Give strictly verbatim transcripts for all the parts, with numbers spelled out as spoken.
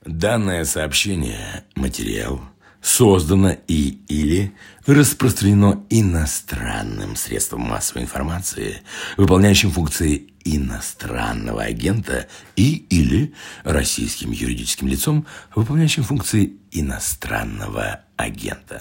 Данное сообщение, материал, создано и или распространено иностранным средством массовой информации, выполняющим функции иностранного агента, и или российским юридическим лицом, выполняющим функции иностранного агента.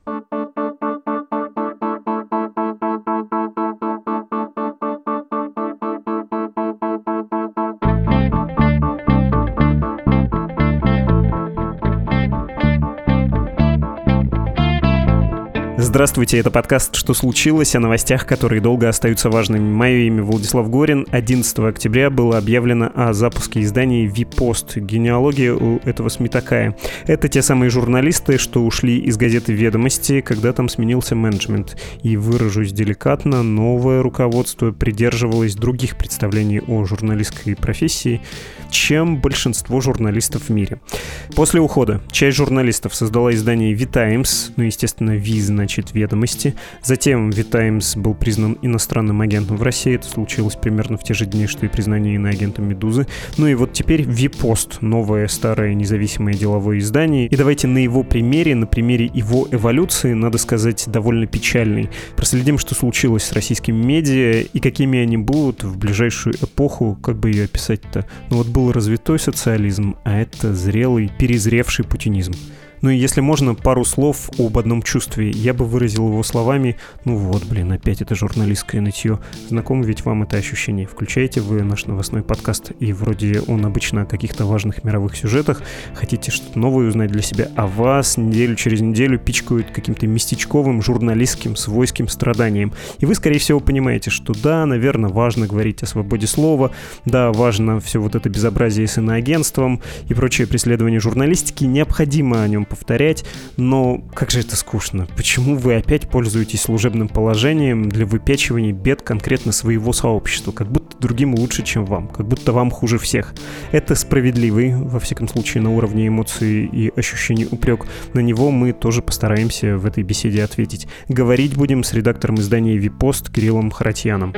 Здравствуйте, это подкаст «Что случилось?» о новостях, которые долго остаются важными. Мое имя Владислав Горин. одиннадцатого октября было объявлено о запуске издания «Випост». Генеалогия у этого СМИ такая. Это те самые журналисты, что ушли из газеты «Ведомости», когда там сменился менеджмент. И выражусь деликатно, новое руководство придерживалось других представлений о журналистской профессии, чем большинство журналистов в мире. После ухода часть журналистов создала издание «Ви-Таймс», ну, естественно, «Ви» значит «Ведомости». Затем «Ви-Таймс» был признан иностранным агентом в России. Это случилось примерно в те же дни, что и признание иноагентом «Медузы». Ну и вот теперь «Випост», новое, старое, независимое деловое издание. И давайте на его примере, на примере его эволюции, надо сказать, довольно печальной, проследим, что случилось с российскими медиа и какими они будут в ближайшую эпоху, как бы ее описать-то. Ну вот был развитой социализм, а это зрелый, перезревший путинизм. Ну и если можно, пару слов об одном чувстве. Я бы выразил его словами: ну вот, блин, опять это журналистское нытье. Знакомо ведь вам это ощущение? Включаете вы наш новостной подкаст, и вроде он обычно о каких-то важных мировых сюжетах. Хотите что-то новое узнать для себя, а вас неделю через неделю пичкают каким-то местечковым, журналистским, свойским страданием. И вы, скорее всего, понимаете, что да, наверное, важно говорить о свободе слова, да, важно все вот это безобразие с иноагентством и прочее преследование журналистики, необходимо о нем повторять, но как же это скучно. Почему вы опять пользуетесь служебным положением для выпячивания бед конкретно своего сообщества, как будто другим лучше, чем вам, как будто вам хуже всех? Это справедливый, во всяком случае, на уровне эмоций и ощущений упрек. На него мы тоже постараемся в этой беседе ответить. Говорить будем с редактором издания «Випост» Кириллом Харатьяном.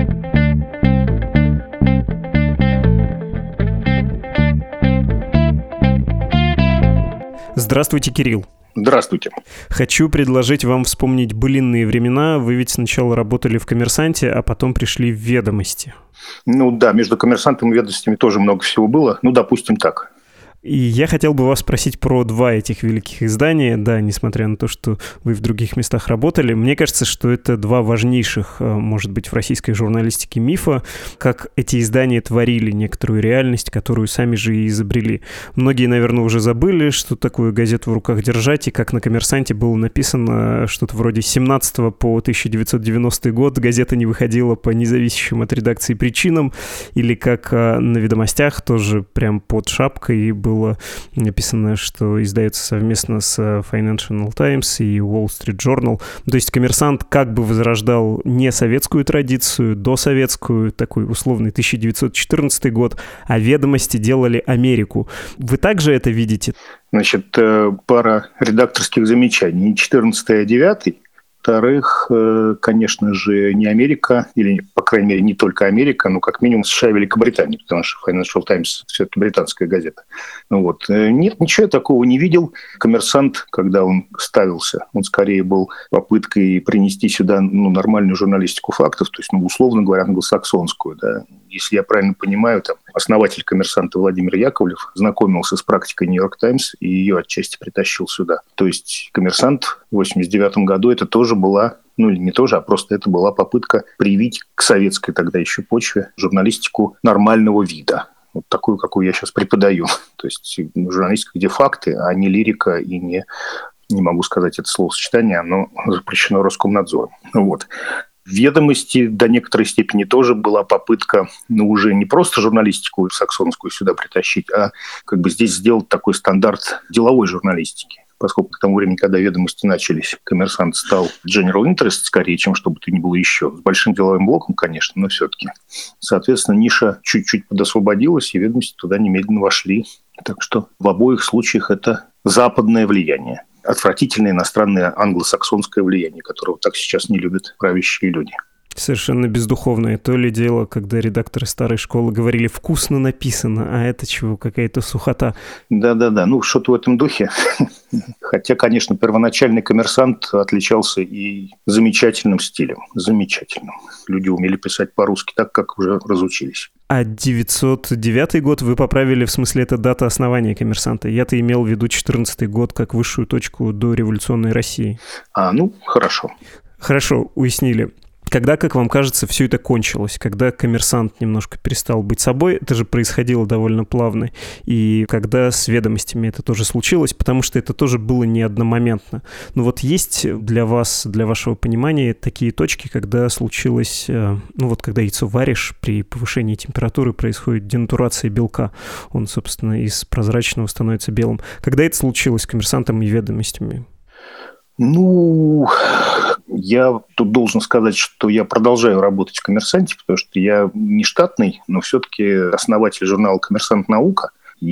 Здравствуйте, Кирилл. Здравствуйте. Хочу предложить вам вспомнить былинные времена. Вы ведь сначала работали в «Коммерсанте», а потом пришли в «Ведомости». Ну да, между «Коммерсантом» и «Ведомостями» тоже много всего было. Ну, допустим, так. И я хотел бы вас спросить про два этих великих издания. Да, несмотря на то, что вы в других местах работали, мне кажется, что это два важнейших, может быть, в российской журналистике мифа, как эти издания творили некоторую реальность, которую сами же и изобрели. Многие, наверное, уже забыли, что такое газету в руках держать, и как на «Коммерсанте» было написано что-то вроде с семнадцатого по тысяча девятьсот девяностый год газета не выходила по независящим от редакции причинам, или как на «Ведомостях» тоже прям под шапкой был было написано, что издается совместно с Financial Times и Wall Street Journal. То есть «Коммерсант» как бы возрождал не советскую традицию, досоветскую, такой условный тысяча девятьсот четырнадцатый год, а «Ведомости» делали Америку. Вы также это видите? Значит, пара редакторских замечаний. Не четырнадцатый, а девятый. Во-вторых, конечно же, не Америка, или, по крайней мере, не только Америка, но как минимум США и Великобритания, потому что Financial Times все-таки британская газета. Ну вот. Нет, ничего я такого не видел. «Коммерсант», когда он ставился, он скорее был попыткой принести сюда ну, нормальную журналистику фактов, то есть, ну, условно говоря, англосаксонскую. Да. Если я правильно понимаю, там, основатель «Коммерсанта» Владимир Яковлев знакомился с практикой «Нью-Йорк Таймс» и ее отчасти притащил сюда. То есть «Коммерсант» в восемьдесят девятом году это тоже была, ну или не тоже, а просто это была попытка привить к советской тогда еще почве журналистику нормального вида. Вот такую, какую я сейчас преподаю. То есть журналистика, где факты, а не лирика и не, не могу сказать это словосочетание, оно запрещено Роскомнадзором. Вот. В «Ведомости» до некоторой степени тоже была попытка, ну, уже не просто журналистику саксонскую сюда притащить, а как бы здесь сделать такой стандарт деловой журналистики. Поскольку к тому времени, когда «Ведомости» начались, «Коммерсант» стал general interest скорее, чем что бы то ни было еще. С большим деловым блоком, конечно, но все-таки. Соответственно, ниша чуть-чуть подосвободилась, и «Ведомости» туда немедленно вошли. Так что в обоих случаях это западное влияние. Отвратительное иностранное англосаксонское влияние, которого так сейчас не любят правящие люди. Совершенно бездуховное. То ли дело, когда редакторы старой школы говорили «вкусно написано», а это чего, какая-то сухота. Да-да-да, ну что-то в этом духе. Хотя, конечно, первоначальный «Коммерсант» отличался и замечательным стилем. Замечательным. Люди умели писать по-русски так, как уже разучились. А девятьсот девятый год вы поправили, в смысле, это дата основания «Коммерсанта». Я-то имел в виду четырнадцатый год как высшую точку дореволюционной России. А, ну, хорошо. Хорошо, уяснили. Когда, как вам кажется, все это кончилось? Когда «Коммерсант» немножко перестал быть собой, это же происходило довольно плавно. И когда с «Ведомостями» это тоже случилось, потому что это тоже было не одномоментно. Но вот есть для вас, для вашего понимания, такие точки, когда случилось, ну вот когда яйцо варишь, при повышении температуры происходит денатурация белка. Он, собственно, из прозрачного становится белым. Когда это случилось с «Коммерсантом» и «Ведомостями»? Ну, я тут должен сказать, что я продолжаю работать в «Коммерсанте», потому что я не штатный, но все-таки основатель журнала «Коммерсант. Наука»,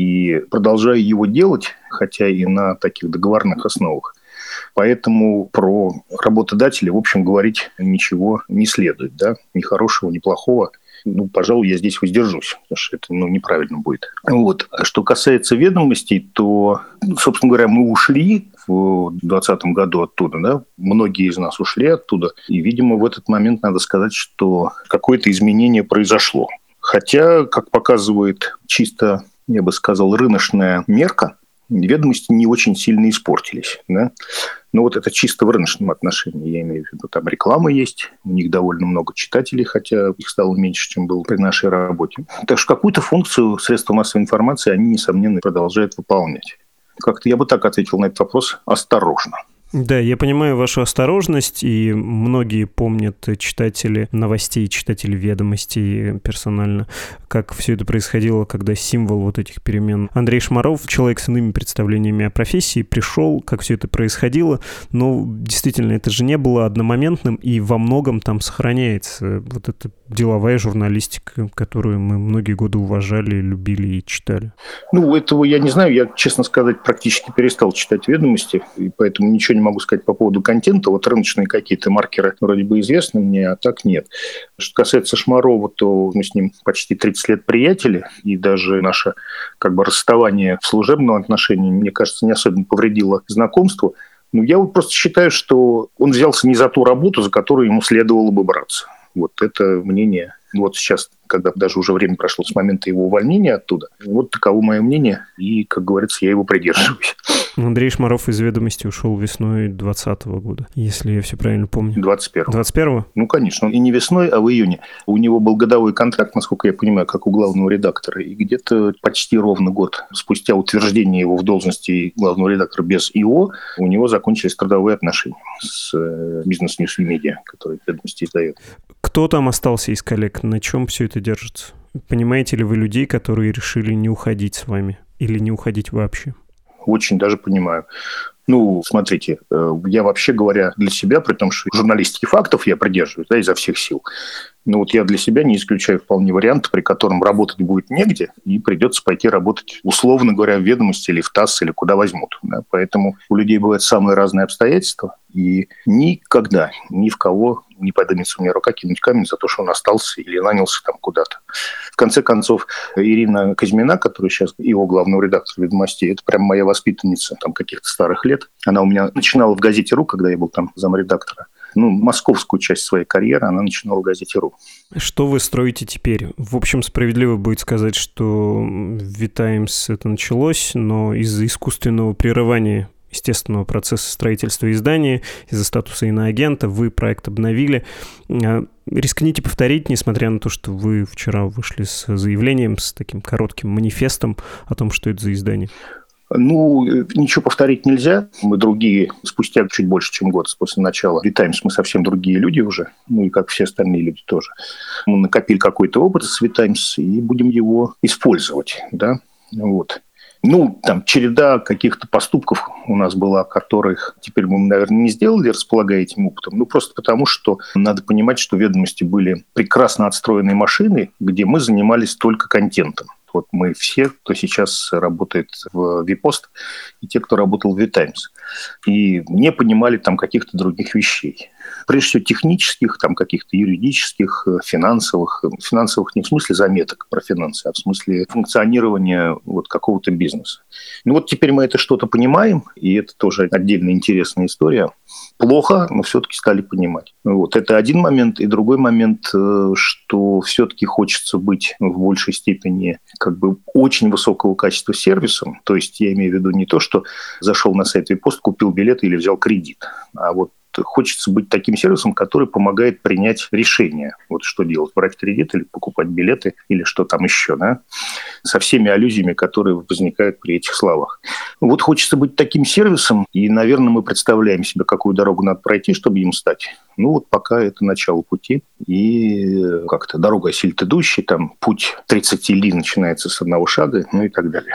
и продолжаю его делать, хотя и на таких договорных основах. Поэтому про работодателя, в общем, говорить ничего не следует, да, ни хорошего, ни плохого. Ну, пожалуй, я здесь воздержусь, потому что это, ну, неправильно будет. Вот. А что касается «Ведомостей», то, собственно говоря, мы ушли в двадцатом году оттуда, да, многие из нас ушли оттуда, и, видимо, в этот момент надо сказать, что какое-то изменение произошло. Хотя, как показывает чисто, я бы сказал, рыночная мерка, «Ведомости» не очень сильно испортились, да. Но вот это чисто в рыночном отношении, я имею в виду, там реклама есть, у них довольно много читателей, хотя их стало меньше, чем было при нашей работе. Так что какую-то функцию средства массовой информации они, несомненно, продолжают выполнять. Как-то я бы так ответил на этот вопрос осторожно. Да, я понимаю вашу осторожность, и многие помнят, читатели новостей, читатели «Ведомостей» персонально, как все это происходило, когда символ вот этих перемен. Андрей Шмаров, человек с иными представлениями о профессии, пришел, как все это происходило, но действительно это же не было одномоментным, и во многом там сохраняется вот эта деловая журналистика, которую мы многие годы уважали, любили и читали. Ну, этого я не знаю, я, честно сказать, практически перестал читать «Ведомости», и поэтому ничего не могу сказать по поводу контента. Вот рыночные какие-то маркеры вроде бы известны мне, а так нет. Что касается Шмарова, то мы с ним почти тридцать лет приятели, и даже наше как бы расставание в служебном отношении, мне кажется, не особенно повредило знакомству. Но я вот просто считаю, что он взялся не за ту работу, за которую ему следовало бы браться. Вот это мнение. Вот сейчас, когда даже уже время прошло с момента его увольнения оттуда, вот таково мое мнение, и, как говорится, я его придерживаюсь. Андрей Шмаров из «Ведомостей» ушел весной двадцатого года, если я все правильно помню. двадцать первого. двадцать первого? Ну, конечно. И не весной, а в июне. У него был годовой контракт, насколько я понимаю, как у главного редактора. И где-то почти ровно год спустя утверждения его в должности главного редактора без ИО, у него закончились трудовые отношения с Business News Media, который «Ведомости» издает. Кто там остался из коллег? На чем все это держится? Понимаете ли вы людей, которые решили не уходить с вами или не уходить вообще? Очень даже понимаю. Ну, смотрите, я вообще говоря для себя, при том, что журналистики фактов я придерживаюсь, да, изо всех сил, но вот я для себя не исключаю вполне вариант, при котором работать будет негде, и придется пойти работать, условно говоря, в «Ведомости» или в ТАСС, или куда возьмут. Да. Поэтому у людей бывают самые разные обстоятельства, и никогда ни в кого не поднимется у меня рука кинуть камень за то, что он остался или нанялся там куда-то. В конце концов, Ирина Козьмина, которая сейчас его главного редактора «Ведомостей», это прям моя воспитанница там каких-то старых лет. Она у меня начинала в газете «Ру», когда я был там замредактора. Ну, московскую часть своей карьеры она начинала в газете «Ру». Что вы строите теперь? В общем, справедливо будет сказать, что в «Ви-Таймс» это началось, но из-за искусственного прерывания естественного процесса строительства издания, из-за статуса иноагента вы проект обновили. Рискните повторить, несмотря на то, что вы вчера вышли с заявлением, с таким коротким манифестом о том, что это за издание. Ну, ничего повторить нельзя. Мы другие, спустя чуть больше, чем год после начала «Ви-Таймс», мы совсем другие люди уже, ну и как все остальные люди тоже. Мы накопили какой-то опыт с «Ви-Таймс» и будем его использовать, да, вот. Ну, там череда каких-то поступков у нас была, которых теперь мы, наверное, не сделали, располагая этим опытом. Ну, просто потому, что надо понимать, что «Ведомости» были прекрасно отстроенные машины, где мы занимались только контентом. Вот мы все, кто сейчас работает в «Ви-Пост», и те, кто работал в «Ви-Таймс». и не понимали там каких-то других вещей. Прежде всего технических, там каких-то юридических, финансовых. Финансовых не в смысле заметок про финансы, а в смысле функционирования вот какого-то бизнеса. Ну вот теперь мы это что-то понимаем, и это тоже отдельная интересная история. Плохо, но все-таки стали понимать. Вот. Это один момент. И другой момент, что все-таки хочется быть в большей степени как бы очень высокого качества сервисом. То есть я имею в виду не то, что зашел на сайт Випост, купил билет или взял кредит, а вот хочется быть таким сервисом, который помогает принять решение. Вот что делать, брать кредит или покупать билеты, или что там еще, да? Со всеми аллюзиями, которые возникают при этих словах. Вот хочется быть таким сервисом, и, наверное, мы представляем себе, какую дорогу надо пройти, чтобы им стать. Ну вот пока это начало пути, и как-то дорога осилит идущий, там путь тридцать ли начинается с одного шага, ну и так далее.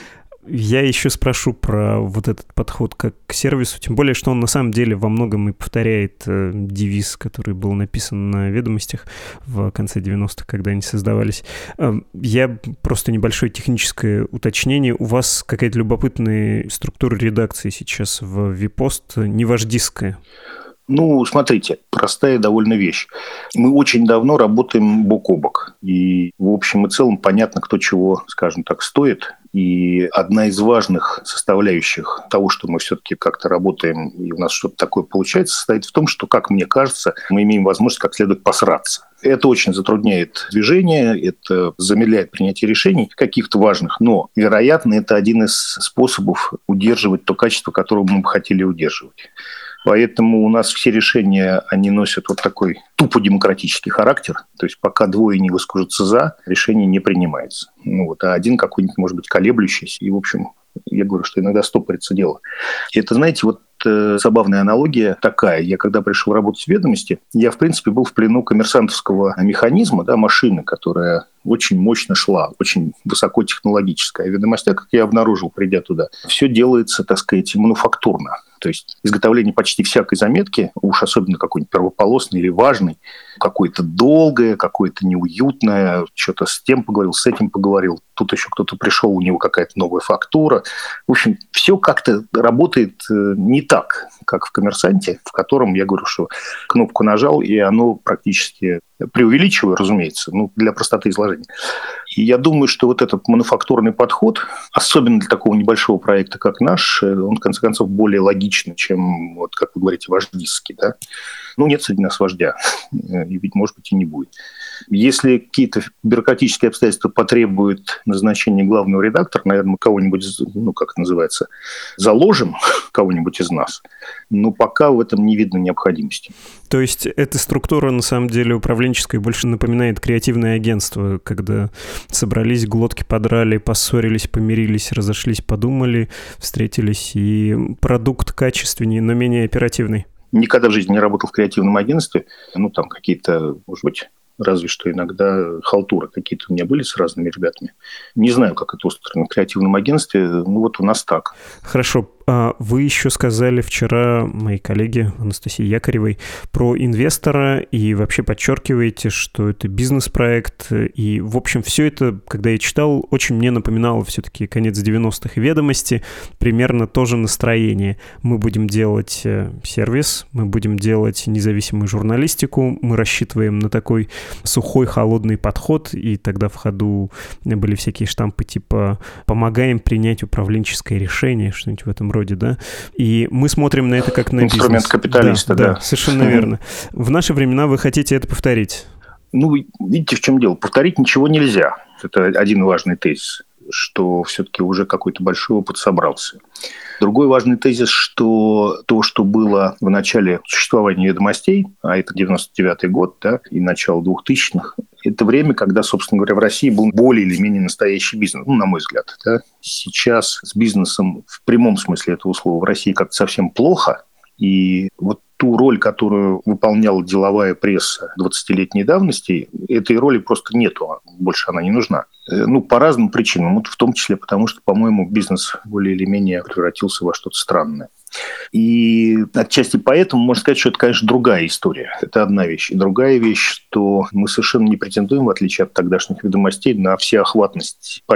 Я еще спрошу про вот этот подход как к сервису, тем более, что он на самом деле во многом и повторяет э, девиз, который был написан на «Ведомостях» в конце девяностых, когда они создавались. Э, я просто небольшое техническое уточнение. У вас какая-то любопытная структура редакции сейчас в Випост, не вождистская? Ну, смотрите, простая довольно вещь. Мы очень давно работаем бок о бок. И в общем и целом понятно, кто чего, скажем так, стоит. И одна из важных составляющих того, что мы все-таки как-то работаем, и у нас что-то такое получается, состоит в том, что, как мне кажется, мы имеем возможность как следует посраться. Это очень затрудняет движение, это замедляет принятие решений каких-то важных, но, вероятно, это один из способов удерживать то качество, которое мы бы хотели удерживать. Поэтому у нас все решения, они носят вот такой тупо демократический характер. То есть пока двое не выскажутся «за», решение не принимается. Ну вот, а один какой-нибудь, может быть, колеблющийся. И, в общем, я говорю, что иногда стопорится дело. И это, знаете, вот э, забавная аналогия такая. Я когда пришел работать в «Ведомости», я, в принципе, был в плену коммерсантовского механизма, да, машины, которая очень мощно шла, очень высокотехнологическая. А в «Ведомостях», как я обнаружил, придя туда, все делается, так сказать, мануфактурно. То есть изготовление почти всякой заметки, уж особенно какой-нибудь первополосной или важной, какое-то долгое, какое-то неуютное, что-то с тем поговорил, с этим поговорил, тут еще кто-то пришел, у него какая-то новая фактура. В общем, все как-то работает не так, как в «Коммерсанте», в котором я говорю, что кнопку нажал, и оно практически, преувеличиваю, разумеется, ну, для простоты изложения. И я думаю, что вот этот мануфактурный подход, особенно для такого небольшого проекта, как наш, он, в конце концов, более логичный, чем, вот, как вы говорите, вождистский. Да? Ну, нет среди нас вождя, и ведь, может быть, и не будет. Если какие-то бюрократические обстоятельства потребуют назначения главного редактора, наверное, мы кого-нибудь, ну, как это называется, заложим, кого-нибудь из нас, но пока в этом не видно необходимости. То есть эта структура, на самом деле, управленческая больше напоминает креативное агентство, когда собрались, глотки подрали, поссорились, помирились, разошлись, подумали, встретились, и продукт качественнее, но менее оперативный. Никогда в жизни не работал в креативном агентстве. Ну, там какие-то, может быть, разве что иногда халтуры какие-то у меня были с разными ребятами. Не знаю, как это устроено в креативном агентстве. Ну, вот у нас так. Хорошо. А вы еще сказали вчера моей коллеге Анастасии Якоревой про инвестора и вообще подчеркиваете, что это бизнес-проект. И, в общем, все это, когда я читал, очень мне напоминало все-таки конец девяностых и «Ведомости». Примерно то же настроение. Мы будем делать сервис, мы будем делать независимую журналистику, мы рассчитываем на такой сухой, холодный подход, и тогда в ходу были всякие штампы типа «помогаем принять управленческое решение», что-нибудь в этом роде, да? И мы смотрим на это как на инструмент бизнес. Капиталиста, да. Да, совершенно верно. В наши времена вы хотите это повторить? Ну, видите, в чем дело. Повторить ничего нельзя. Это один важный тезис, что все-таки уже какой-то большой опыт собрался. Другой важный тезис, что то, что было в начале существования «Ведомостей», а это девяносто девятый год, да, и начало двухтысячных, это время, когда, собственно говоря, в России был более или менее настоящий бизнес, ну, на мой взгляд. Да. Сейчас с бизнесом в прямом смысле этого слова в России как-то совсем плохо, и вот ту роль, которую выполняла деловая пресса двадцатилетней давности, этой роли просто нету, больше она не нужна. Ну, по разным причинам, вот в том числе потому, что, по-моему, бизнес более или менее превратился во что-то странное. И отчасти поэтому можно сказать, что это, конечно, другая история. Это одна вещь. И другая вещь, что мы совершенно не претендуем, в отличие от тогдашних «Ведомостей», на всеохватность поляны.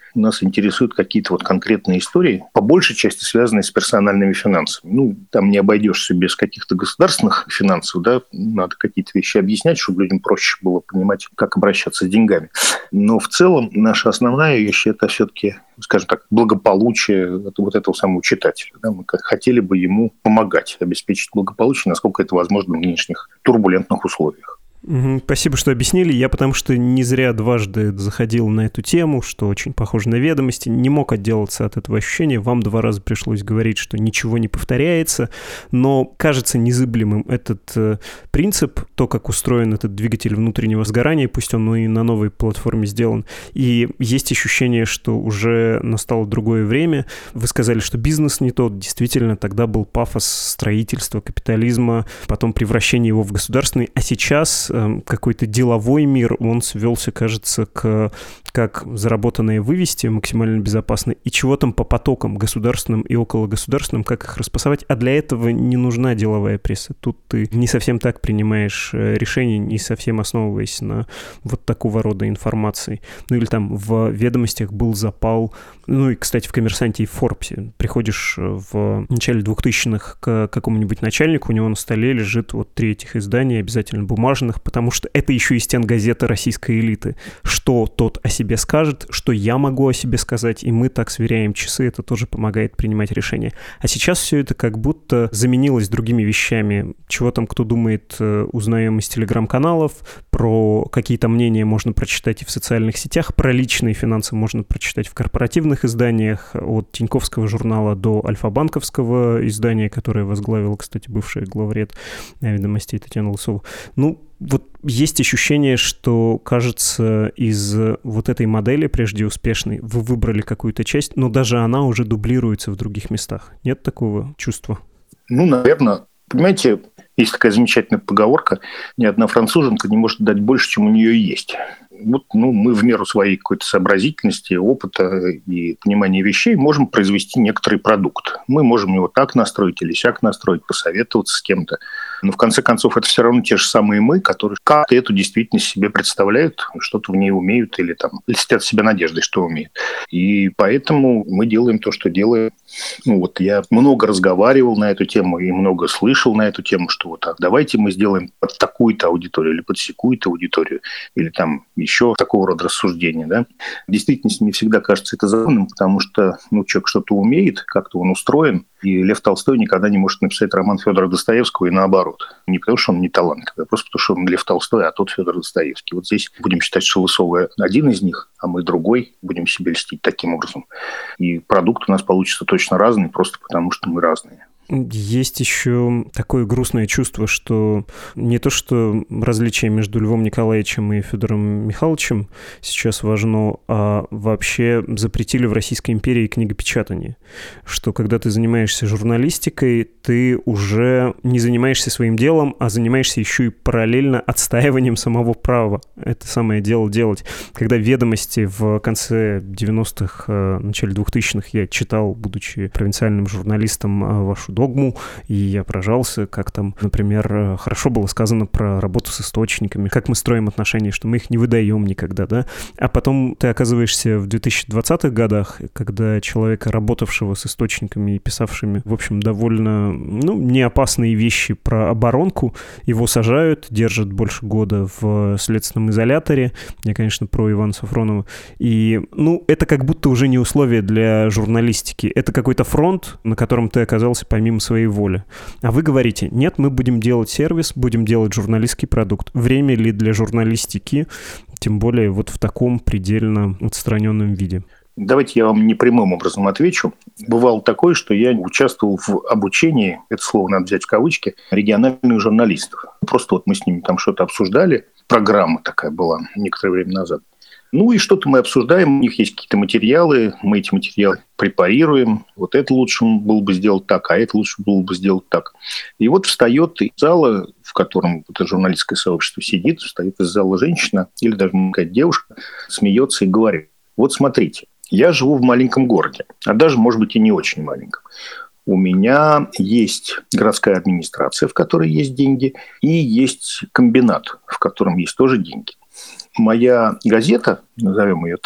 Нас интересуют какие-то вот конкретные истории, по большей части связанные с персональными финансами. Ну, там не обойдешься без каких-то государственных финансов, да, надо какие-то вещи объяснять, чтобы людям проще было понимать, как обращаться с деньгами. Но в целом наша основная вещь – это все-таки, скажем так, благополучие вот этого самого читателя. Да? Мы хотели бы ему помогать, обеспечить благополучие, насколько это возможно в нынешних турбулентных условиях. Спасибо, что объяснили. Я потому что не зря дважды заходил на эту тему, что очень похоже на «Ведомости». Не мог отделаться от этого ощущения. Вам два раза пришлось говорить, что ничего не повторяется. Но кажется незыблемым этот э, принцип, то, как устроен этот двигатель внутреннего сгорания, пусть он и на новой платформе сделан. И есть ощущение, что уже настало другое время. Вы сказали, что бизнес не тот. Действительно, тогда был пафос строительства, капитализма, потом превращение его в государственный. А сейчас какой-то деловой мир, он свелся, кажется, к как заработанное вывести максимально безопасно, и чего там по потокам государственным и окологосударственным, как их распасовать. А для этого не нужна деловая пресса. Тут ты не совсем так принимаешь решения, не совсем основываясь на вот такого рода информации. Ну или там в «Ведомостях» был запал, ну и, кстати, в «Коммерсанте» и в «Форбсе». Приходишь в начале двухтысячных к какому-нибудь начальнику, у него на столе лежит вот три этих издания, обязательно бумажных, потому что это еще и стенгазета российской элиты. Что тот о себе скажет, что я могу о себе сказать, и мы так сверяем часы, это тоже помогает принимать решения. А сейчас все это как будто заменилось другими вещами. Чего там кто думает, узнаем из телеграм-каналов, про какие-то мнения можно прочитать и в социальных сетях, про личные финансы можно прочитать в корпоративных изданиях, от Тиньковского журнала до Альфа-банковского издания, которое возглавила, кстати, бывшая главред «Ведомостей» Татьяна Лысова. Ну, вот есть ощущение, что, кажется, из вот этой модели, прежде успешной, вы выбрали какую-то часть, но даже она уже дублируется в других местах. Нет такого чувства? Ну, наверное. Понимаете, есть такая замечательная поговорка: ни одна француженка не может дать больше, чем у нее есть. Вот, ну, мы в меру своей какой-то сообразительности, опыта и понимания вещей можем произвести некоторый продукт. Мы можем его так настроить или сяк настроить, посоветоваться с кем-то. Но в конце концов это все равно те же самые мы, которые как-то эту действительность себе представляют, что-то в ней умеют или там льстят себя надеждой, что умеют. И поэтому мы делаем то, что делаем. Ну, вот я много разговаривал на эту тему и много слышал на эту тему, что вот а давайте мы сделаем под такую-то аудиторию или под сякую-то аудиторию, или там еще такого рода рассуждения. Да? В действительности не всегда кажется это забавным, потому что ну, человек что-то умеет, как-то он устроен, и Лев Толстой никогда не может написать роман Федора Достоевского и наоборот. Не потому, что он не талантливый, а просто потому, что он Лев Толстой, а тот Федор Достоевский. Вот здесь будем считать, что Лысова один из них, а мы другой, будем себе льстить таким образом. И продукт у нас получится точно разный, просто потому, что мы разные. Есть еще такое грустное чувство, что не то, что различие между Львом Николаевичем и Федором Михайловичем сейчас важно, а вообще запретили в Российской империи книгопечатание. Что когда ты занимаешься журналистикой, ты уже не занимаешься своим делом, а занимаешься еще и параллельно отстаиванием самого права. Это самое дело делать. Когда «Ведомости» в конце девяностых, начале двухтысячных я читал, будучи провинциальным журналистом, вашу догму, и я поражался, как там, например, хорошо было сказано про работу с источниками, как мы строим отношения, что мы их не выдаем никогда, да, а потом ты оказываешься в две тысячи двадцатых годах, когда человека, работавшего с источниками и писавшими, в общем, довольно, ну, неопасные вещи про оборонку, его сажают, держат больше года в следственном изоляторе, я, конечно, про Ивана Сафронова, и, ну, это как будто уже не условие для журналистики, это какой-то фронт, на котором ты оказался помимо своей воли. А вы говорите, нет, мы будем делать сервис, будем делать журналистский продукт. Время ли для журналистики, тем более вот в таком предельно отстраненном виде? Давайте я вам не прямым образом отвечу. Бывало такое, что я участвовал в обучении, это слово надо взять в кавычки, региональных журналистов. Просто вот мы с ними там что-то обсуждали, программа такая была некоторое время назад. Ну и что-то мы обсуждаем, у них есть какие-то материалы, мы эти материалы препарируем. Вот это лучше было бы сделать так, а это лучше было бы сделать так. И вот встает из зала, в котором это журналистское сообщество сидит, встает из зала женщина или даже какая-то девушка, смеется и говорит: вот смотрите, я живу в маленьком городе, а даже, может быть, и не очень маленьком. У меня есть городская администрация, в которой есть деньги, и есть комбинат, в котором есть тоже деньги. Моя газета, назовем ее так,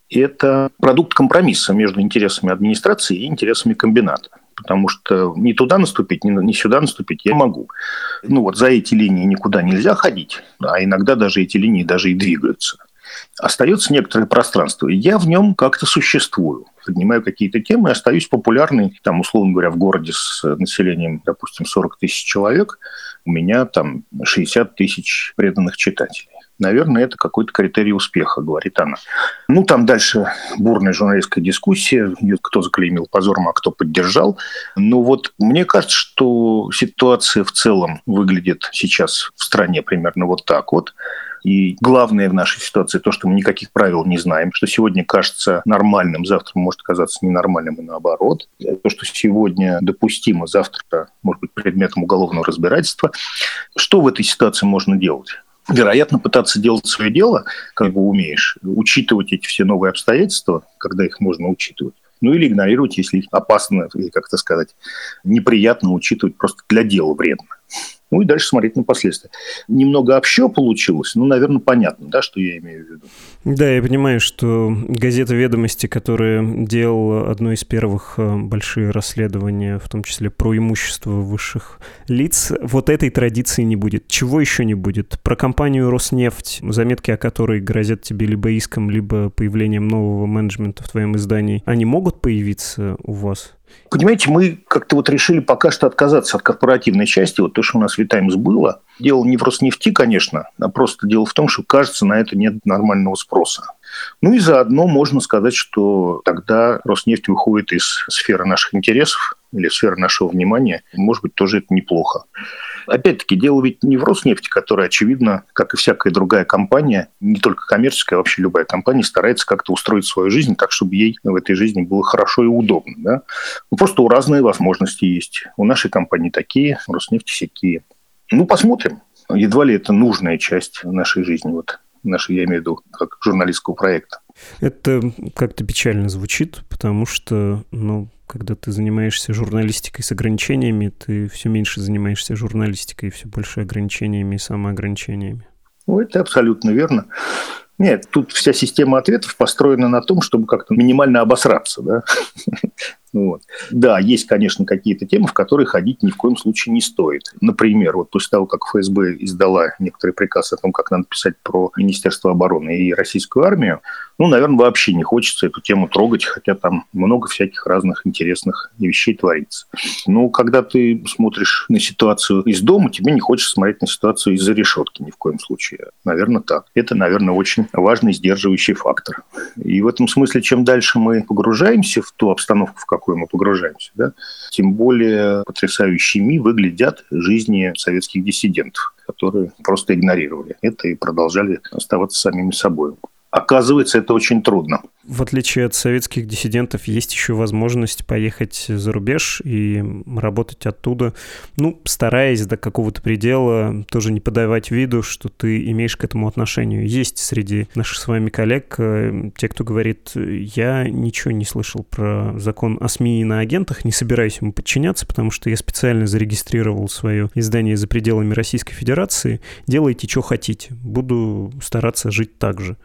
это продукт компромисса между интересами администрации и интересами комбината. Потому что ни туда наступить, ни сюда наступить я могу. Ну вот за эти линии никуда нельзя ходить, а иногда даже эти линии даже и двигаются. Остается некоторое пространство, и я в нем как-то существую. Поднимаю какие-то темы и остаюсь популярной, там, условно говоря, в городе с населением, допустим, сорок тысяч человек, у меня там шестьдесят тысяч преданных читателей. Наверное, это какой-то критерий успеха, говорит она. Ну, там дальше бурная журналистская дискуссия, кто заклеймил позором, а кто поддержал. Но вот мне кажется, что ситуация в целом выглядит сейчас в стране примерно вот так вот. И главное в нашей ситуации то, что мы никаких правил не знаем, что сегодня кажется нормальным, завтра может казаться ненормальным и наоборот. То, что сегодня допустимо, завтра может быть предметом уголовного разбирательства. Что в этой ситуации можно делать? Вероятно, пытаться делать свое дело, как бы умеешь, учитывать эти все новые обстоятельства, когда их можно учитывать. Ну или игнорировать, если их опасно, или как-то сказать, неприятно учитывать, просто для дела вредно. Ну и дальше смотреть на последствия. Немного общо получилось, ну, наверное, понятно, да, что я имею в виду. Да, я понимаю, что газета «Ведомости», которая делала одно из первых большие расследования, в том числе про имущество высших лиц, вот этой традиции не будет. Чего еще не будет? Про компанию «Роснефть», заметки о которой грозят тебе либо иском, либо появлением нового менеджмента в твоем издании, они могут появиться у вас? Понимаете, мы как-то вот решили пока что отказаться от корпоративной части. Вот то, что у нас в «Витаймс» было. Дело не в Роснефти, конечно, а просто дело в том, что, кажется, на это нет нормального спроса. Ну и заодно можно сказать, что тогда Роснефть выходит из сферы наших интересов или сферы нашего внимания. Может быть, тоже это неплохо. Опять-таки, дело ведь не в Роснефти, которая, очевидно, как и всякая другая компания, не только коммерческая, а вообще любая компания, старается как-то устроить свою жизнь так, чтобы ей в этой жизни было хорошо и удобно. Да? Ну, просто у разные возможности есть. У нашей компании такие, у Роснефти всякие. Ну, посмотрим. Едва ли это нужная часть нашей жизни, вот нашей, я имею в виду, как журналистского проекта. Это как-то печально звучит, потому что, ну, когда ты занимаешься журналистикой с ограничениями, ты все меньше занимаешься журналистикой, все больше ограничениями и самоограничениями. Ну, это абсолютно верно. Нет, тут вся система ответов построена на том, чтобы как-то минимально обосраться, да. Вот. Да, есть, конечно, какие-то темы, в которые ходить ни в коем случае не стоит. Например, вот после того, как эф эс бэ издала некоторый приказ о том, как надо писать про Министерство обороны и российскую армию, ну, наверное, вообще не хочется эту тему трогать, хотя там много всяких разных интересных вещей творится. Но когда ты смотришь на ситуацию из дома, тебе не хочется смотреть на ситуацию из-за решетки ни в коем случае. Наверное, так. Это, наверное, очень важный сдерживающий фактор. И в этом смысле, чем дальше мы погружаемся в ту обстановку, в какую мы погружаемся, да, тем более потрясающими выглядят жизни советских диссидентов, которые просто игнорировали это и продолжали оставаться самими собой. Оказывается, это очень трудно. В отличие от советских диссидентов, есть еще возможность поехать за рубеж и работать оттуда, ну, стараясь до какого-то предела тоже не подавать виду, что ты имеешь к этому отношение. Есть среди наших с вами коллег те, кто говорит, я ничего не слышал про закон о СМИ и иноагентах, не собираюсь ему подчиняться, потому что я специально зарегистрировал свое издание за пределами Российской Федерации. Делайте, что хотите. Буду стараться жить так же.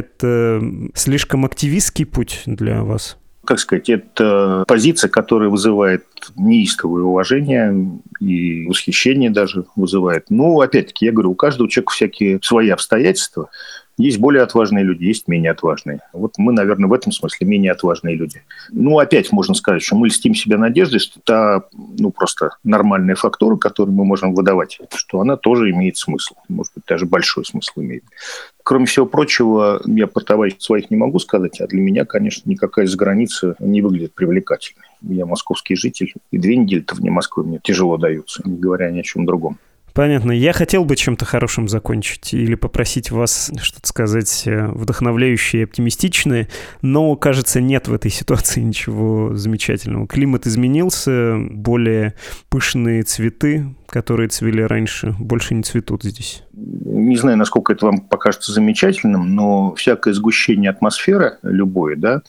Это слишком активистский путь для вас? Как сказать, это позиция, которая вызывает неистовое уважение и восхищение даже вызывает. Ну, опять-таки, я говорю, у каждого человека всякие свои обстоятельства. Есть более отважные люди, есть менее отважные. Вот мы, наверное, в этом смысле менее отважные люди. Ну, опять можно сказать, что мы льстим себя надеждой, что та, ну, просто нормальная фактура, которую мы можем выдавать, что она тоже имеет смысл. Может быть, даже большой смысл имеет. Кроме всего прочего, я про товарищей своих не могу сказать, а для меня, конечно, никакая заграница не выглядит привлекательной. Я московский житель, и две недели-то вне Москвы мне тяжело даются, не говоря ни о чем другом. Понятно. Я хотел бы чем-то хорошим закончить или попросить вас что-то сказать вдохновляющее и оптимистичное, но, кажется, нет в этой ситуации ничего замечательного. Климат изменился, более пышные цветы, которые цвели раньше, больше не цветут здесь? Не знаю, насколько это вам покажется замечательным, но всякое сгущение атмосферы, любое, да,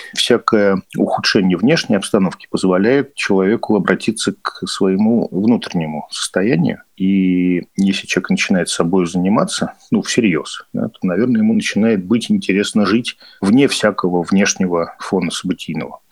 всякое ухудшение внешней обстановки позволяет человеку обратиться к своему внутреннему состоянию. И если человек начинает собой заниматься, ну, всерьез, да, то, наверное, ему начинает быть интересно жить вне всякого внешнего фона событийного.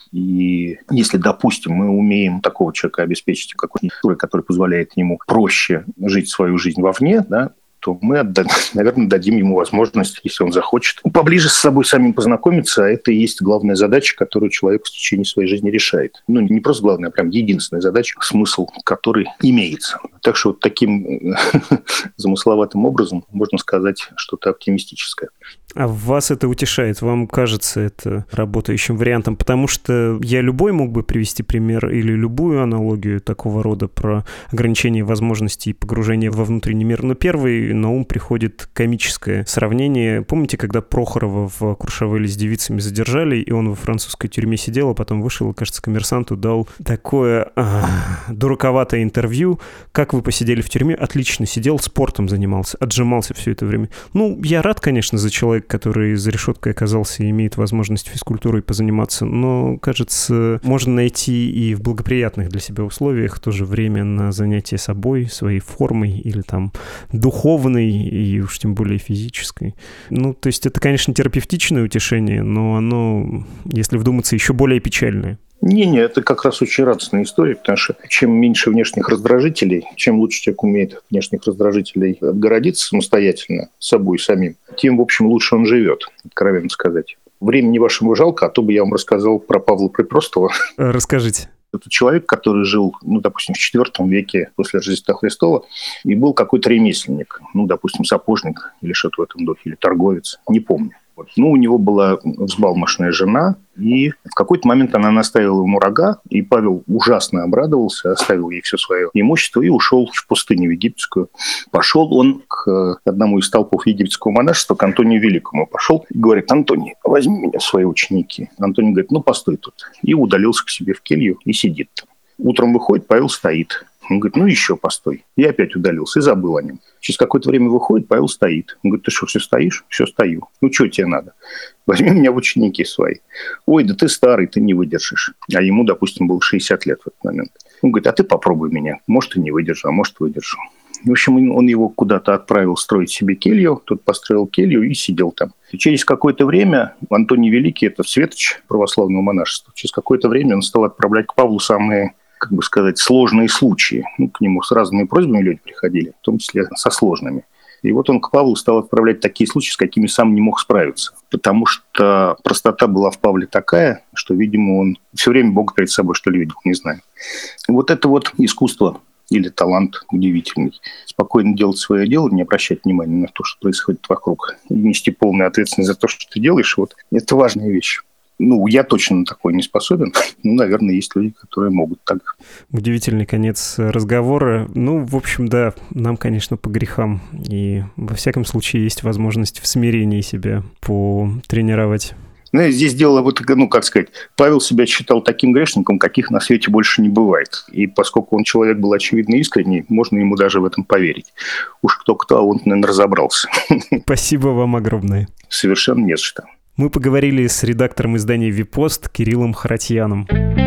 И если, допустим, мы умеем такого человека обеспечить какой-то структурой, которая позволяет ему проще жить свою жизнь вовне, да, то мы, наверное, дадим ему возможность, если он захочет, поближе с собой самим познакомиться. А это и есть главная задача, которую человек в течение своей жизни решает. Ну, не просто главная, а прям единственная задача, смысл которой имеется. Так что вот таким замысловатым образом можно сказать что-то оптимистическое. А вас это утешает? Вам кажется это работающим вариантом? Потому что я любой мог бы привести пример или любую аналогию такого рода про ограничение возможностей и погружение во внутренний мир. Но первый на ум приходит комическое сравнение. Помните, когда Прохорова в Куршавеле с девицами задержали, и он во французской тюрьме сидел, а потом вышел и, кажется, коммерсанту дал такое а, дураковатое интервью. Как вы посидели в тюрьме? Отлично сидел, спортом занимался, отжимался все это время. Ну, я рад, конечно, за человека, который за решеткой оказался и имеет возможность физкультурой позаниматься, но, кажется, можно найти и в благоприятных для себя условиях тоже время на занятие собой, своей формой или там духовной и уж тем более физической. Ну, то есть это, конечно, терапевтичное утешение, но оно, если вдуматься, еще более печальное. Не-не, это как раз очень радостная история, потому что чем меньше внешних раздражителей, чем лучше человек умеет от внешних раздражителей отгородиться самостоятельно, собой самим, тем, в общем, лучше он живет, откровенно сказать. Времени вашему жалко, а то бы я вам рассказал про Павла Припростова. Расскажите. Это человек, который жил, ну, допустим, в четвёртом веке после Рождества Христова, и был какой-то ремесленник, ну, допустим, сапожник или что-то в этом духе, или торговец, не помню. Вот. Ну, у него была взбалмошная жена, и в какой-то момент она наставила ему рога, и Павел ужасно обрадовался, оставил ей все свое имущество и ушел в пустыню египетскую. Пошел он к одному из столпов египетского монашества, к Антонию Великому. Пошел и говорит: Антоний, возьми меня в свои ученики. Антоний говорит: ну, постой тут. И удалился к себе в келью и сидит там. Утром выходит, Павел стоит. Он говорит: ну, еще постой. И опять удалился, и забыл о нем. Через какое-то время выходит, Павел стоит. Он говорит: ты что, все стоишь? Все стою. Ну, что тебе надо? Возьми меня в ученики свои. Ой, да ты старый, ты не выдержишь. А ему, допустим, было шестьдесят лет в этот момент. Он говорит: а ты попробуй меня. Может, и не выдержу, а может, выдержу. В общем, он его куда-то отправил строить себе келью. Тот построил келью и сидел там. И через какое-то время Антоний Великий, это светоч православного монашества, через какое-то время он стал отправлять к Павлу самые, как бы сказать, сложные случаи. Ну, к нему с разными просьбами люди приходили, в том числе со сложными. И вот он к Павлу стал отправлять такие случаи, с какими сам не мог справиться. Потому что простота была в Павле такая, что, видимо, он все время Бога перед собой, что ли, видел, не знаю. И вот это вот искусство или талант удивительный. Спокойно делать свое дело, не обращать внимания на то, что происходит вокруг. И нести полную ответственность за то, что ты делаешь. Вот. Это важная вещь. Ну, я точно на такое не способен. Ну, наверное, есть люди, которые могут так. Удивительный конец разговора. Ну, в общем, да, нам, конечно, по грехам. И во всяком случае есть возможность в смирении себя потренировать. Ну, здесь дело, вот, ну, как сказать, Павел себя считал таким грешником, каких на свете больше не бывает. И поскольку он человек был, очевидно, искренний, можно ему даже в этом поверить. Уж кто-кто, а он, наверное, разобрался. Спасибо вам огромное. Совершенно не за что. Мы поговорили с редактором издания «Випост» Кириллом Харатьяном.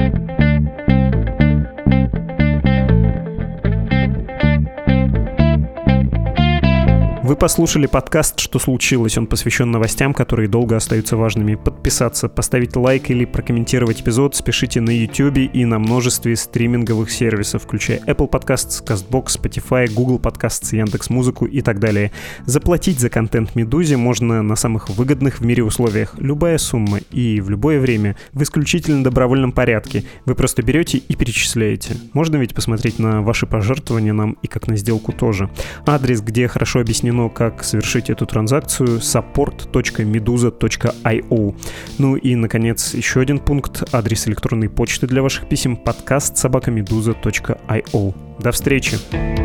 Вы послушали подкаст «Что случилось?». Он посвящен новостям, которые долго остаются важными. Подписаться, поставить лайк или прокомментировать эпизод спешите на YouTube и на множестве стриминговых сервисов, включая Apple Podcasts, CastBox, Spotify, Google Podcasts, Яндекс.Музыку и так далее. Заплатить за контент «Медузе» можно на самых выгодных в мире условиях. Любая сумма и в любое время в исключительно добровольном порядке. Вы просто берете и перечисляете. Можно ведь посмотреть на ваши пожертвования нам и как на сделку тоже. Адрес, где хорошо объяснено, как совершить эту транзакцию, support точка meduza точка io. Ну и, наконец, еще один пункт. Адрес электронной почты для ваших писем — подкаст собака медуза точка io. До встречи!